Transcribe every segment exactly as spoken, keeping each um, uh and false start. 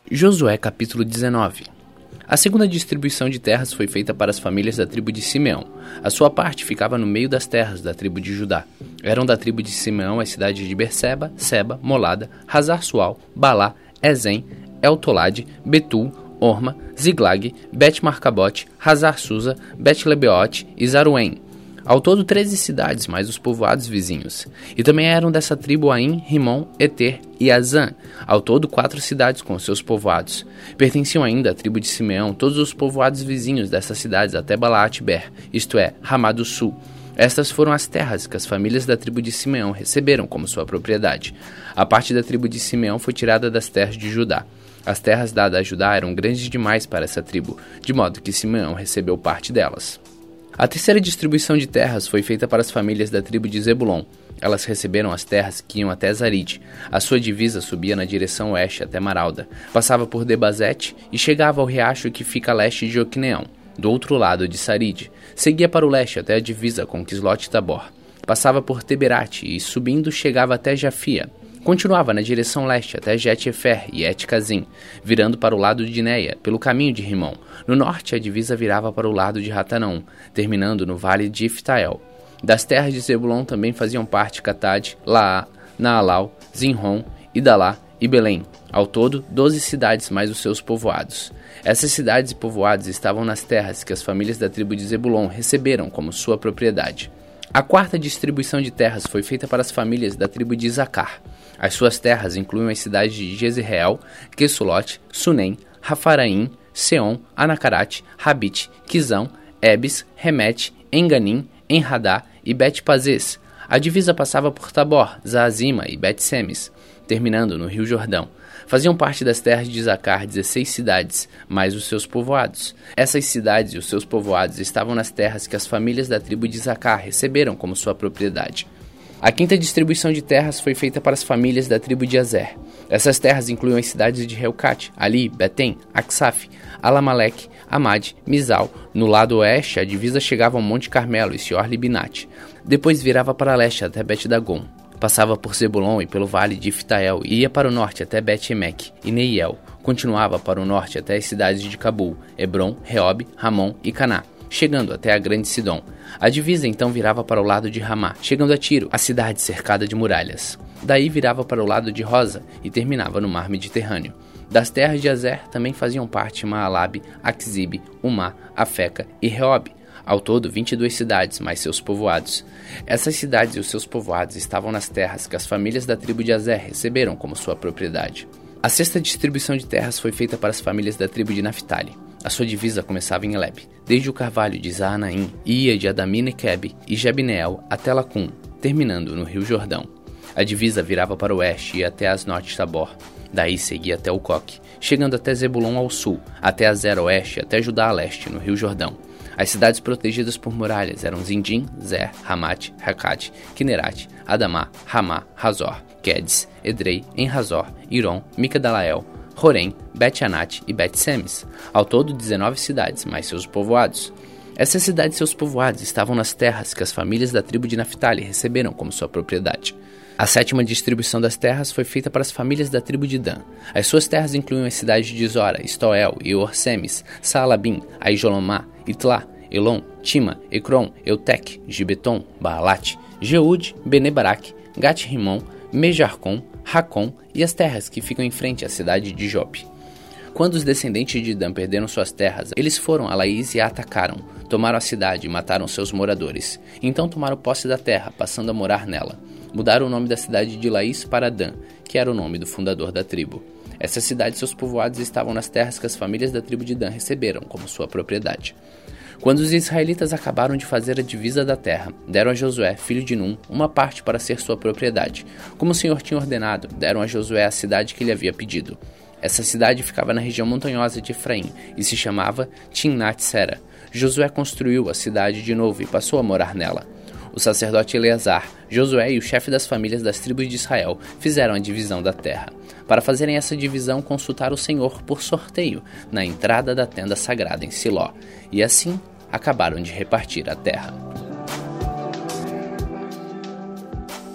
Josué capítulo dezenove. A segunda distribuição de terras foi feita para as famílias da tribo de Simeão. A sua parte ficava no meio das terras da tribo de Judá. Eram da tribo de Simeão as cidades de Berseba, Seba, Molada, Hazar-Sual, Balá, Ezem, Eltolade, Betul, Orma, Ziglag, Bet-Marcabote, Hazar-Susa, Bet-Lebeote e Zaruém. Ao todo, treze cidades, mais os povoados vizinhos. E também eram dessa tribo Aim, Rimon, Eter e Azã. Ao todo, quatro cidades com seus povoados. Pertenciam ainda à tribo de Simeão todos os povoados vizinhos dessas cidades até Balaat-Ber, isto é, Ramá do Sul. Estas foram as terras que as famílias da tribo de Simeão receberam como sua propriedade. A parte da tribo de Simeão foi tirada das terras de Judá. As terras dadas a Judá eram grandes demais para essa tribo, de modo que Simeão recebeu parte delas. A terceira distribuição de terras foi feita para as famílias da tribo de Zebulon. Elas receberam as terras que iam até Zarid. A sua divisa subia na direção oeste até Maralda, passava por Debazete e chegava ao riacho que fica a leste de Ocneão, do outro lado de Sarid. Seguia para o leste até a divisa com Quislote-Tabor. Passava por Teberate e, subindo, chegava até Jafia. Continuava na direção leste até Jet-Efer e Et-Cazim, virando para o lado de Neia, pelo caminho de Rimon. No norte, a divisa virava para o lado de Ratanão, terminando no vale de Iftael. Das terras de Zebulon também faziam parte Catad, Laá, Naalau, Zinron, Idalá e Belém. Ao todo, doze cidades mais os seus povoados. Essas cidades e povoados estavam nas terras que as famílias da tribo de Zebulon receberam como sua propriedade. A quarta distribuição de terras foi feita para as famílias da tribo de Isacar. As suas terras incluem as cidades de Jezreel, Quesulote, Sunem, Rafaraim, Seom, Anacarate, Rabite, Quizão, Ebes, Remete, Enganim, Enradá e Bet-Pazes. A divisa passava por Tabor, Zaazima e Bet-Semes, terminando no Rio Jordão. Faziam parte das terras de Isacar dezesseis cidades, mais os seus povoados. Essas cidades e os seus povoados estavam nas terras que as famílias da tribo de Isacar receberam como sua propriedade. A quinta distribuição de terras foi feita para as famílias da tribo de Azer. Essas terras incluíam as cidades de Reucate, Ali, Betem, Aksaf, Alamalec, Amad, Mizal. No lado oeste, a divisa chegava ao Monte Carmelo e Sior-Libinate. Depois virava para leste até Bet-Dagon. Passava por Zebulon e pelo vale de Iftael e ia para o norte até Bet-Emek e Neiel. Continuava para o norte até as cidades de Cabul, Hebron, Reob, Ramon e Caná, chegando até a grande Sidom. A divisa então virava para o lado de Ramá, chegando a Tiro, a cidade cercada de muralhas. Daí virava para o lado de Rosa e terminava no mar Mediterrâneo. Das terras de Azer também faziam parte Maalabe, Aquzibe, Umá, Afeca e Reob. Ao todo, vinte e duas cidades, mais seus povoados. Essas cidades e os seus povoados estavam nas terras que as famílias da tribo de Azer receberam como sua propriedade. A sexta distribuição de terras foi feita para as famílias da tribo de Naphtali. A sua divisa começava em Eleb, desde o carvalho de Zaanaim, e ia de Adami-Nequeb e Jabneel até Lacum, terminando no Rio Jordão. A divisa virava para o oeste e ia até Asnot-Tabor. Daí seguia até o Coque, chegando até Zebulon ao sul, até Azer oeste e até Judá a leste, no Rio Jordão. As cidades protegidas por muralhas eram Zindim, Zer, Ramate, Rakate, Kinerate, Adamá, Ramá, Razor, Quedes, Edrei, Enrazor, Iron, Micadalael, Horém, Bet-Anat e Bet-Semes. Ao todo, dezenove cidades, mais seus povoados. Essas cidades e seus povoados estavam nas terras que as famílias da tribo de Naphtali receberam como sua propriedade. A sétima distribuição das terras foi feita para as famílias da tribo de Dan. As suas terras incluíam as cidades de Zora, Estoel e Orsemes, Saalabim, Aijolomá, Itlá, Elon, Tima, Ecrom, Eutec, Gibeton, Baalat, Jeúde, Bene-Baraque, Gat-Rimon, Mejarcom, Racom e as terras que ficam em frente à cidade de Jope. Quando os descendentes de Dan perderam suas terras, eles foram a Laís e a atacaram, tomaram a cidade e mataram seus moradores. Então tomaram posse da terra, passando a morar nela. Mudaram o nome da cidade de Laís para Dan, que era o nome do fundador da tribo. Essas cidades e seus povoados estavam nas terras que as famílias da tribo de Dan receberam como sua propriedade. Quando os israelitas acabaram de fazer a divisa da terra, deram a Josué, filho de Num, uma parte para ser sua propriedade. Como o Senhor tinha ordenado, deram a Josué a cidade que ele havia pedido. Essa cidade ficava na região montanhosa de Efraim e se chamava Timnat-Sera. Josué construiu a cidade de novo e passou a morar nela. O sacerdote Eleazar, Josué e o chefe das famílias das tribos de Israel fizeram a divisão da terra. Para fazerem essa divisão, consultaram o Senhor por sorteio na entrada da tenda sagrada em Siló, e assim acabaram de repartir a terra.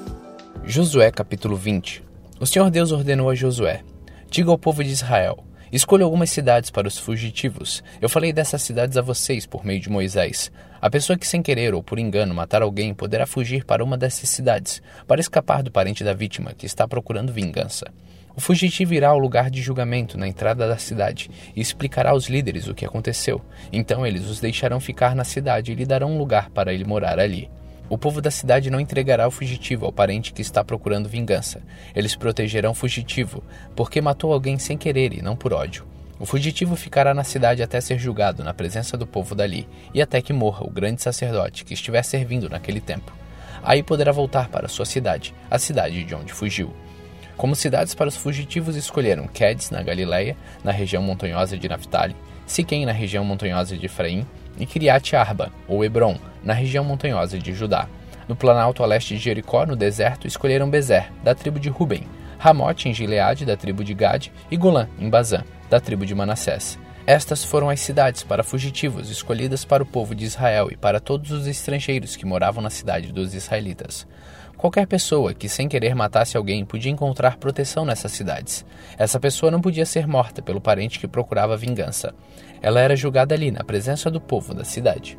Josué capítulo vinte. O Senhor Deus ordenou a Josué: diga ao povo de Israel: Escolha algumas cidades para os fugitivos. Eu falei dessas cidades a vocês por meio de Moisés. A pessoa que sem querer ou por engano matar alguém poderá fugir para uma dessas cidades, para escapar do parente da vítima que está procurando vingança. O fugitivo irá ao lugar de julgamento na entrada da cidade e explicará aos líderes o que aconteceu. Então eles os deixarão ficar na cidade e lhe darão um lugar para ele morar ali. O povo da cidade não entregará o fugitivo ao parente que está procurando vingança. Eles protegerão o fugitivo, porque matou alguém sem querer e não por ódio. O fugitivo ficará na cidade até ser julgado na presença do povo dali, e até que morra o grande sacerdote que estiver servindo naquele tempo. Aí poderá voltar para sua cidade, a cidade de onde fugiu. Como cidades para os fugitivos escolheram Quedes, na Galileia, na região montanhosa de Naftali, Siquém, na região montanhosa de Efraim, e Criate Arba, ou Hebron, na região montanhosa de Judá. No planalto a leste de Jericó, no deserto, escolheram Bezer, da tribo de Ruben, Ramote, em Gileade, da tribo de Gade, e Golã, em Bazã, da tribo de Manassés. Estas foram as cidades para fugitivos escolhidas para o povo de Israel e para todos os estrangeiros que moravam na cidade dos israelitas. Qualquer pessoa que sem querer matasse alguém podia encontrar proteção nessas cidades. Essa pessoa não podia ser morta pelo parente que procurava vingança. Ela era julgada ali, na presença do povo da cidade.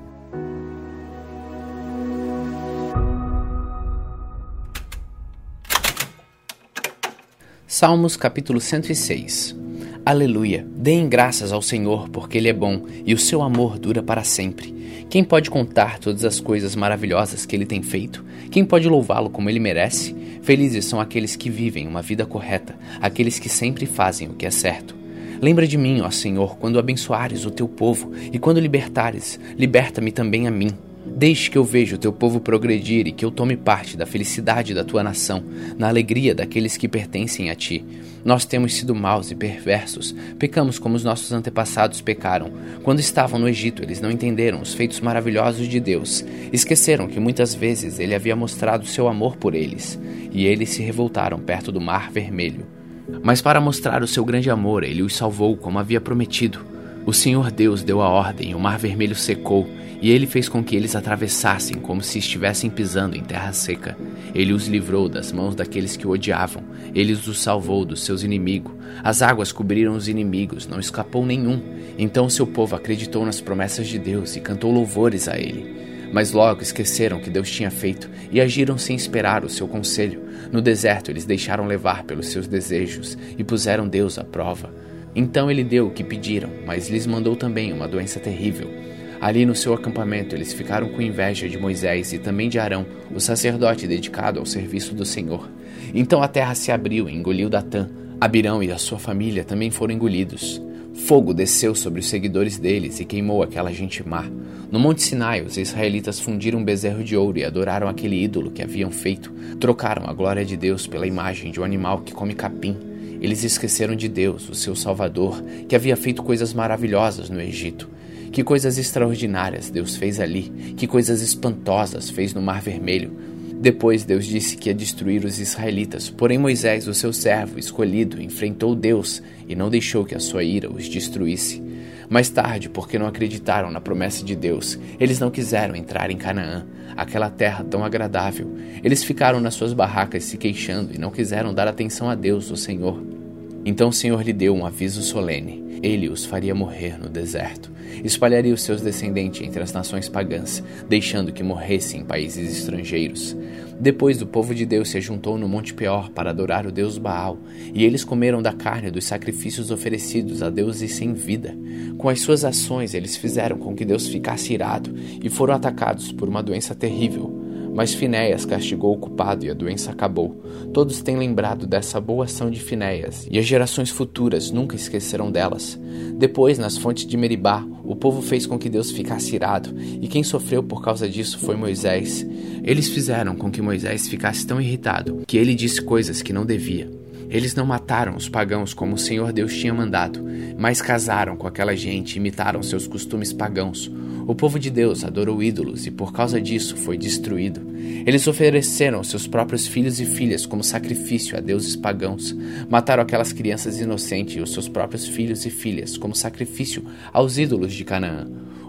Salmos capítulo cento e seis. Aleluia! Deem graças ao Senhor, porque Ele é bom, e o seu amor dura para sempre. Quem pode contar todas as coisas maravilhosas que Ele tem feito? Quem pode louvá-lo como Ele merece? Felizes são aqueles que vivem uma vida correta, aqueles que sempre fazem o que é certo. Lembra de mim, ó Senhor, quando abençoares o teu povo, e quando libertares, liberta-me também a mim. Deixe que eu veja o teu povo progredir e que eu tome parte da felicidade da tua nação, na alegria daqueles que pertencem a ti. Nós temos sido maus e perversos, pecamos como os nossos antepassados pecaram. Quando estavam no Egito, eles não entenderam os feitos maravilhosos de Deus. Esqueceram que muitas vezes ele havia mostrado seu amor por eles, e eles se revoltaram perto do Mar Vermelho. Mas para mostrar o seu grande amor, ele os salvou como havia prometido. O Senhor Deus deu a ordem, o Mar Vermelho secou, e ele fez com que eles atravessassem como se estivessem pisando em terra seca. Ele os livrou das mãos daqueles que o odiavam. Ele os salvou dos seus inimigos. As águas cobriram os inimigos, não escapou nenhum. Então seu povo acreditou nas promessas de Deus e cantou louvores a ele. Mas logo esqueceram o que Deus tinha feito e agiram sem esperar o seu conselho. No deserto eles deixaram levar pelos seus desejos e puseram Deus à prova. Então ele deu o que pediram, mas lhes mandou também uma doença terrível. Ali no seu acampamento eles ficaram com inveja de Moisés e também de Arão, o sacerdote dedicado ao serviço do Senhor. Então a terra se abriu e engoliu Datã. Abirão e a sua família também foram engolidos. Fogo desceu sobre os seguidores deles e queimou aquela gente má. No Monte Sinai, os israelitas fundiram um bezerro de ouro e adoraram aquele ídolo que haviam feito. Trocaram a glória de Deus pela imagem de um animal que come capim. Eles esqueceram de Deus, o seu Salvador, que havia feito coisas maravilhosas no Egito. Que coisas extraordinárias Deus fez ali, que coisas espantosas fez no Mar Vermelho. Depois Deus disse que ia destruir os israelitas, porém Moisés, o seu servo escolhido, enfrentou Deus e não deixou que a sua ira os destruísse. Mais tarde, porque não acreditaram na promessa de Deus, eles não quiseram entrar em Canaã, aquela terra tão agradável. Eles ficaram nas suas barracas se queixando e não quiseram dar atenção a Deus, o Senhor. Então o Senhor lhe deu um aviso solene. Ele os faria morrer no deserto. Espalharia os seus descendentes entre as nações pagãs, deixando que morressem em países estrangeiros. Depois o povo de Deus se juntou no Monte Peor para adorar o deus Baal, e eles comeram da carne dos sacrifícios oferecidos a deuses sem vida. Com as suas ações eles fizeram com que Deus ficasse irado e foram atacados por uma doença terrível. Mas Finéias castigou o culpado e a doença acabou. Todos têm lembrado dessa boa ação de Finéias, e as gerações futuras nunca esquecerão delas. Depois, nas fontes de Meribá, o povo fez com que Deus ficasse irado, e quem sofreu por causa disso foi Moisés. Eles fizeram com que Moisés ficasse tão irritado que ele disse coisas que não devia. Eles não mataram os pagãos como o Senhor Deus tinha mandado, mas casaram com aquela gente e imitaram seus costumes pagãos. O povo de Deus adorou ídolos e por causa disso foi destruído. Eles ofereceram seus próprios filhos e filhas como sacrifício a deuses pagãos. Mataram aquelas crianças inocentes e os seus próprios filhos e filhas como sacrifício aos ídolos de Canaã.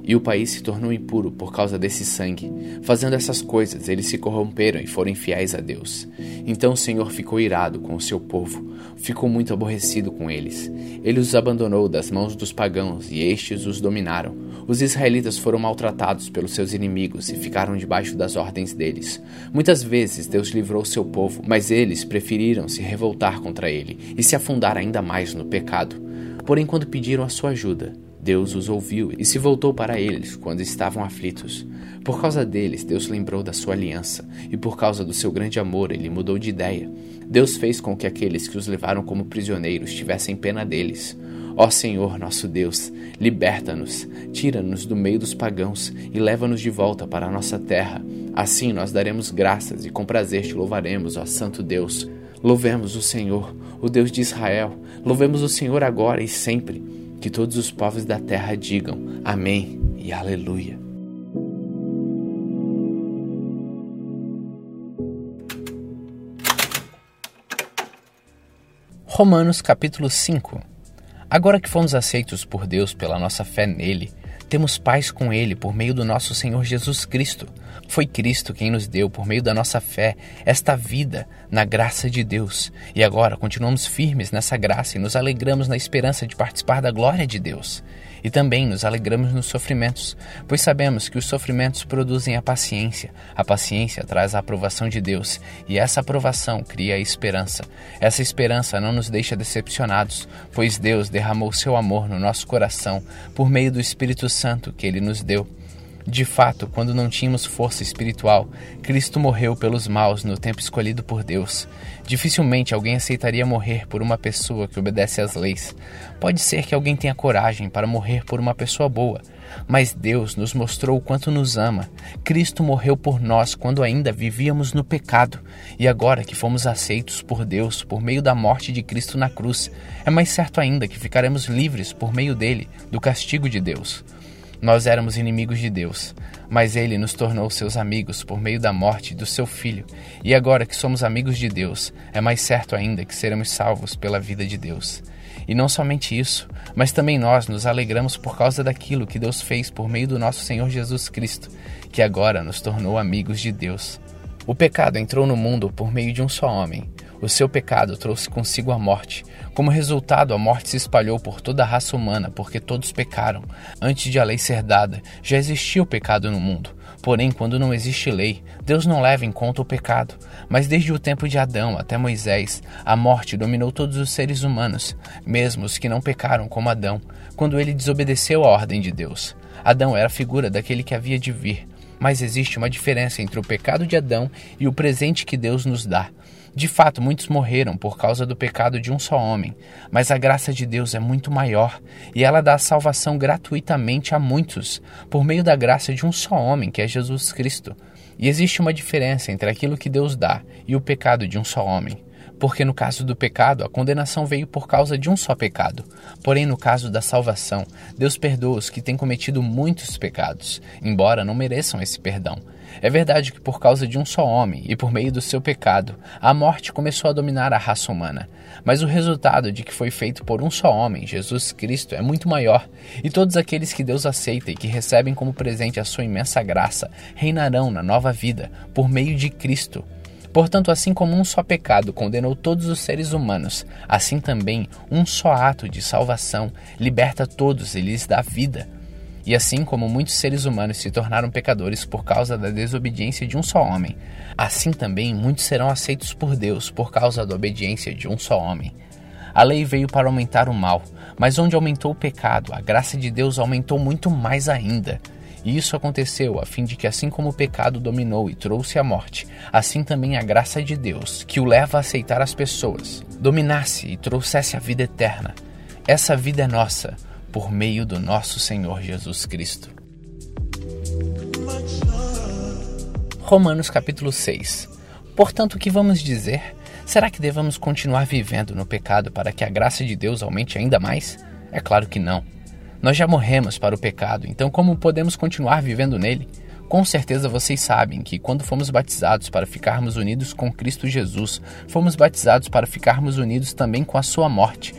e o país se tornou impuro por causa desse sangue. Fazendo essas coisas, eles se corromperam e foram infiéis a Deus. Então o Senhor ficou irado com o seu povo, ficou muito aborrecido com eles. Ele os abandonou das mãos dos pagãos e estes os dominaram. Os israelitas foram maltratados pelos seus inimigos e ficaram debaixo das ordens deles. Muitas vezes Deus livrou seu povo, mas eles preferiram se revoltar contra ele e se afundar ainda mais no pecado. Porém, quando pediram a sua ajuda, Deus os ouviu e se voltou para eles quando estavam aflitos. Por causa deles, Deus lembrou da sua aliança, e por causa do seu grande amor, ele mudou de ideia. Deus fez com que aqueles que os levaram como prisioneiros tivessem pena deles. Ó Senhor, nosso Deus, liberta-nos, tira-nos do meio dos pagãos e leva-nos de volta para a nossa terra. Assim nós daremos graças e com prazer te louvaremos, ó Santo Deus. Louvemos o Senhor, o Deus de Israel. Louvemos o Senhor agora e sempre. Que todos os povos da terra digam amém e aleluia. Romanos capítulo cinco. Agora que fomos aceitos por Deus pela nossa fé nele, temos paz com ele por meio do nosso Senhor Jesus Cristo. Foi Cristo quem nos deu, por meio da nossa fé, esta vida na graça de Deus. E agora continuamos firmes nessa graça e nos alegramos na esperança de participar da glória de Deus. E também nos alegramos nos sofrimentos, pois sabemos que os sofrimentos produzem a paciência. A paciência traz a aprovação de Deus, e essa aprovação cria a esperança. Essa esperança não nos deixa decepcionados, pois Deus derramou seu amor no nosso coração por meio do Espírito Santo que ele nos deu. De fato, quando não tínhamos força espiritual, Cristo morreu pelos maus no tempo escolhido por Deus. Dificilmente alguém aceitaria morrer por uma pessoa que obedece às leis. Pode ser que alguém tenha coragem para morrer por uma pessoa boa, mas Deus nos mostrou o quanto nos ama. Cristo morreu por nós quando ainda vivíamos no pecado, e agora que fomos aceitos por Deus por meio da morte de Cristo na cruz, é mais certo ainda que ficaremos livres por meio dele do castigo de Deus. Nós éramos inimigos de Deus, mas ele nos tornou seus amigos por meio da morte do seu Filho. E agora que somos amigos de Deus, é mais certo ainda que seremos salvos pela vida de Deus. E não somente isso, mas também nós nos alegramos por causa daquilo que Deus fez por meio do nosso Senhor Jesus Cristo, que agora nos tornou amigos de Deus. O pecado entrou no mundo por meio de um só homem. O seu pecado trouxe consigo a morte. Como resultado, a morte se espalhou por toda a raça humana, porque todos pecaram. Antes de a lei ser dada, já existia o pecado no mundo. Porém, quando não existe lei, Deus não leva em conta o pecado. Mas desde o tempo de Adão até Moisés, a morte dominou todos os seres humanos, mesmo os que não pecaram como Adão, quando ele desobedeceu a ordem de Deus. Adão era a figura daquele que havia de vir. Mas existe uma diferença entre o pecado de Adão e o presente que Deus nos dá. De fato, muitos morreram por causa do pecado de um só homem, mas a graça de Deus é muito maior, e ela dá salvação gratuitamente a muitos, por meio da graça de um só homem, que é Jesus Cristo. E existe uma diferença entre aquilo que Deus dá e o pecado de um só homem. Porque no caso do pecado, a condenação veio por causa de um só pecado. Porém, no caso da salvação, Deus perdoa os que têm cometido muitos pecados, embora não mereçam esse perdão. É verdade que por causa de um só homem e por meio do seu pecado, a morte começou a dominar a raça humana. Mas o resultado de que foi feito por um só homem, Jesus Cristo, é muito maior, e todos aqueles que Deus aceita e que recebem como presente a sua imensa graça, reinarão na nova vida por meio de Cristo. Portanto, assim como um só pecado condenou todos os seres humanos, assim também um só ato de salvação liberta todos e lhes dá vida. E assim como muitos seres humanos se tornaram pecadores por causa da desobediência de um só homem, assim também muitos serão aceitos por Deus por causa da obediência de um só homem. A lei veio para aumentar o mal, mas onde aumentou o pecado, a graça de Deus aumentou muito mais ainda. E isso aconteceu a fim de que, assim como o pecado dominou e trouxe a morte, assim também a graça de Deus, que o leva a aceitar as pessoas, dominasse e trouxesse a vida eterna. Essa vida é nossa, por meio do nosso Senhor Jesus Cristo. Romanos capítulo seis. Portanto, o que vamos dizer? Será que devemos continuar vivendo no pecado para que a graça de Deus aumente ainda mais? É claro que não. Nós já morremos para o pecado, então como podemos continuar vivendo nele? Com certeza vocês sabem que quando fomos batizados para ficarmos unidos com Cristo Jesus, fomos batizados para ficarmos unidos também com a sua morte.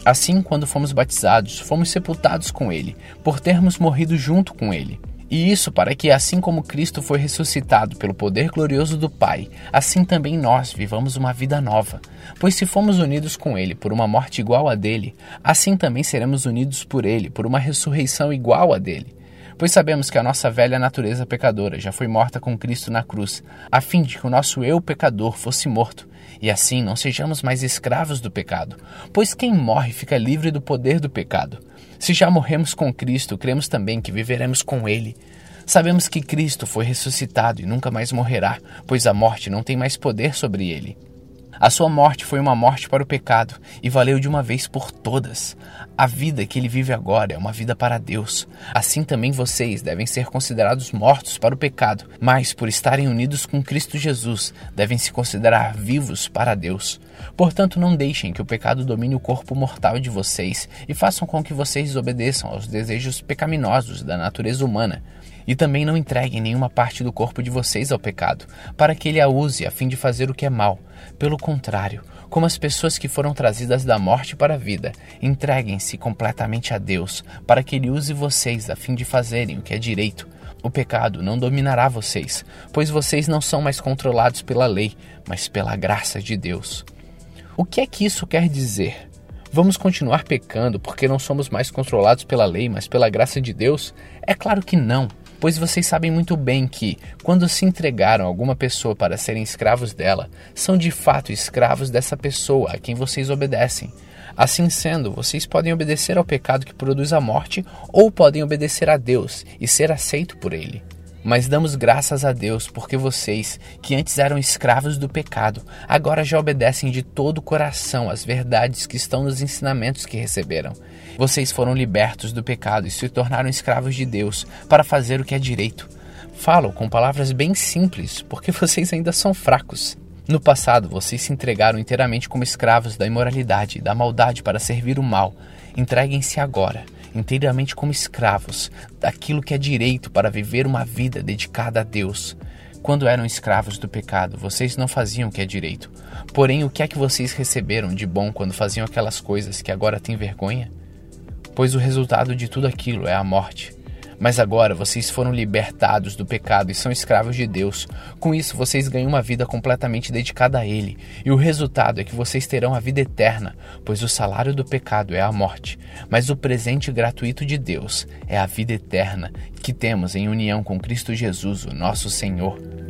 Assim, quando fomos batizados, fomos sepultados com ele, por termos morrido junto com ele. E isso para que, assim como Cristo foi ressuscitado pelo poder glorioso do Pai, assim também nós vivamos uma vida nova. Pois se fomos unidos com ele por uma morte igual à dele, assim também seremos unidos por ele por uma ressurreição igual à dele. Pois sabemos que a nossa velha natureza pecadora já foi morta com Cristo na cruz, a fim de que o nosso eu pecador fosse morto, e assim não sejamos mais escravos do pecado. Pois quem morre fica livre do poder do pecado. Se já morremos com Cristo, cremos também que viveremos com ele. Sabemos que Cristo foi ressuscitado e nunca mais morrerá, pois a morte não tem mais poder sobre ele. A sua morte foi uma morte para o pecado e valeu de uma vez por todas. A vida que ele vive agora é uma vida para Deus. Assim também vocês devem ser considerados mortos para o pecado, mas por estarem unidos com Cristo Jesus, devem se considerar vivos para Deus. Portanto, não deixem que o pecado domine o corpo mortal de vocês e façam com que vocês obedeçam aos desejos pecaminosos da natureza humana. E também não entreguem nenhuma parte do corpo de vocês ao pecado, para que ele a use a fim de fazer o que é mal. Pelo contrário, como as pessoas que foram trazidas da morte para a vida, entreguem-se completamente a Deus, para que ele use vocês a fim de fazerem o que é direito. O pecado não dominará vocês, pois vocês não são mais controlados pela lei, mas pela graça de Deus. O que é que isso quer dizer? Vamos continuar pecando porque não somos mais controlados pela lei, mas pela graça de Deus? É claro que não. Pois vocês sabem muito bem que, quando se entregaram a alguma pessoa para serem escravos dela, são de fato escravos dessa pessoa a quem vocês obedecem. Assim sendo, vocês podem obedecer ao pecado que produz a morte ou podem obedecer a Deus e ser aceito por ele. Mas damos graças a Deus porque vocês, que antes eram escravos do pecado, agora já obedecem de todo o coração às verdades que estão nos ensinamentos que receberam. Vocês foram libertos do pecado e se tornaram escravos de Deus para fazer o que é direito. Falo com palavras bem simples porque vocês ainda são fracos. No passado, vocês se entregaram inteiramente como escravos da imoralidade e da maldade para servir o mal. Entreguem-se agora, inteiramente como escravos, daquilo que é direito para viver uma vida dedicada a Deus. Quando eram escravos do pecado, vocês não faziam o que é direito. Porém, o que é que vocês receberam de bom quando faziam aquelas coisas que agora têm vergonha? Pois o resultado de tudo aquilo é a morte. Mas agora vocês foram libertados do pecado e são escravos de Deus. Com isso, vocês ganham uma vida completamente dedicada a Ele. E o resultado é que vocês terão a vida eterna, pois o salário do pecado é a morte. Mas o presente gratuito de Deus é a vida eterna que temos em união com Cristo Jesus, o nosso Senhor.